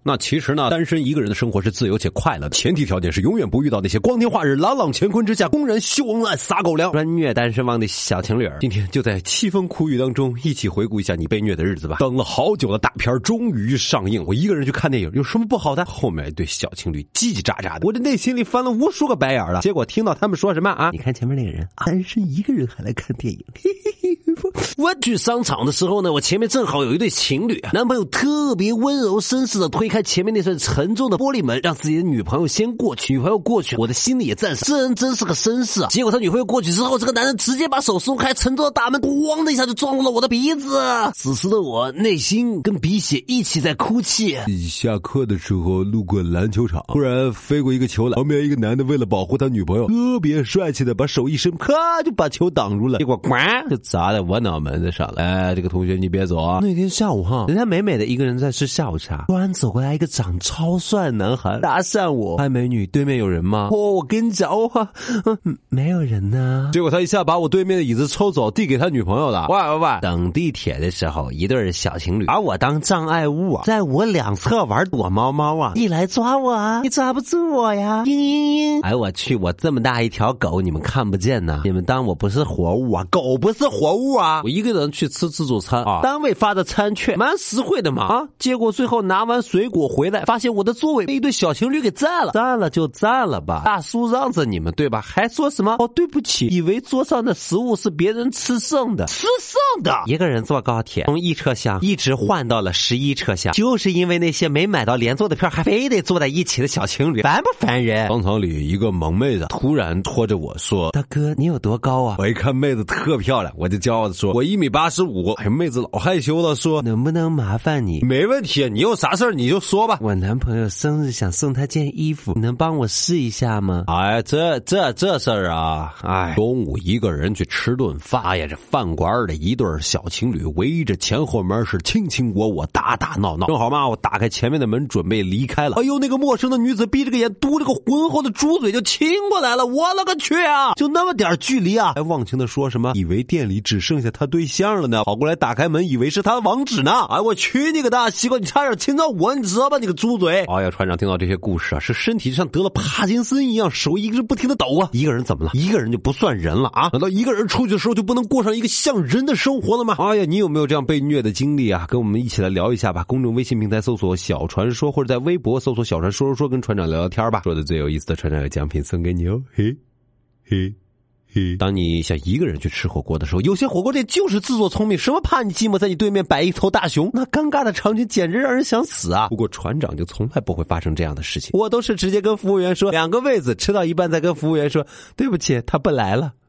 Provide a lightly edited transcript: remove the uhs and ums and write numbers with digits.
那其实呢，单身一个人的生活是自由且快乐的，前提条件是永远不遇到那些光天化日、朗朗乾坤之下公然秀恩爱、撒狗粮、专虐单身汪的小情侣。今天就在凄风苦雨当中，一起回顾一下你被虐的日子吧。等了好久的大片终于上映，我一个人去看电影，有什么不好的？后面一对小情侣叽叽喳喳的，我这内心里翻了无数个白眼了。结果听到他们说什么啊？你看前面那个人，单身一个人还来看电影。我去商场的时候呢，我前面正好有一对情侣，男朋友特别温柔绅士的推开前面那扇沉重的玻璃门，让自己的女朋友先过去。女朋友过去，我的心里也赞赏，这人真是个绅士啊。结果他女朋友过去之后，这个男人直接把手松开，沉重的大门咣的一下就撞入了我的鼻子。此时的我内心跟鼻血一起在哭泣。下课的时候路过篮球场，突然飞过一个球来，旁边一个男的为了保护他女朋友，特别帅气的把手一伸，咔就把球挡住了，结果呱就砸在我脑门子上了。哎，这个同学你别走啊！那天下午人家美美的一个人在吃下午茶，突然走过来一个长超帅的男孩搭讪我，嗨美女，对面有人吗？我跟你讲没有人呢。结果他一下把我对面的椅子抽走，递给他女朋友了。喂，等地铁的时候，一对小情侣把我当障碍物啊，在我两侧玩躲猫猫啊，你来抓我啊，你抓不住我呀，嘤。哎我去，我这么大一条狗你们看不见呢，你们当我不是活物啊？狗不是活物啊！我一个人去吃自助餐啊，单位发的餐券蛮实惠的嘛啊，结果最后拿完水果回来，发现我的座位被一对小情侣给占了。占了就占了吧，大叔让着你们对吧？还说什么对不起，以为桌上的食物是别人吃剩的。一个人坐高铁从1车厢一直换到了11车厢，就是因为那些没买到连坐的票还非得坐在一起的小情侣，烦不烦人？商场里一个萌妹子突然拖着我说，大哥你有多高啊？我一看妹子特漂亮，我就骄傲的说，我1.85米。哎，妹子老害羞了，说能不能麻烦你？没问题，你有啥事儿你就说吧。我男朋友生日想送他件衣服，你能帮我试一下吗？哎，这事儿啊，哎，中午一个人去吃顿饭，哎呀，这饭馆的一对小情侣围着前后门是卿卿我我，打打闹闹。正好嘛，我打开前面的门准备离开了，哎呦，那个陌生的女子闭着个眼，嘟着个浑厚的猪嘴就亲过来了，我勒个去啊！就那么点距离啊，还忘情的说什么以为店里只剩下他对象了呢，跑过来打开门以为是他的网址呢。哎，我去你个大西瓜，你差点亲到我，你知道吧？你个猪嘴！哎呀，船长听到这些故事啊，是身体上得了帕金森一样，手一直不停的抖啊。一个人怎么了？一个人就不算人了啊？难道一个人出去的时候就不能过上一个像人的生活了吗？哎呀，你有没有这样被虐的经历啊？跟我们一起来聊一下吧。公众微信平台搜索小传说，或者在微博搜索小传说，跟船长聊聊天吧。说的最有意思的船长有奖品送给你哦。嘿嘿。当你想一个人去吃火锅的时候，有些火锅店就是自作聪明，什么怕你寂寞，在你对面摆一头大熊，那尴尬的场景简直让人想死啊！不过船长就从来不会发生这样的事情，我都是直接跟服务员说2个位子，吃到一半再跟服务员说对不起他不来了。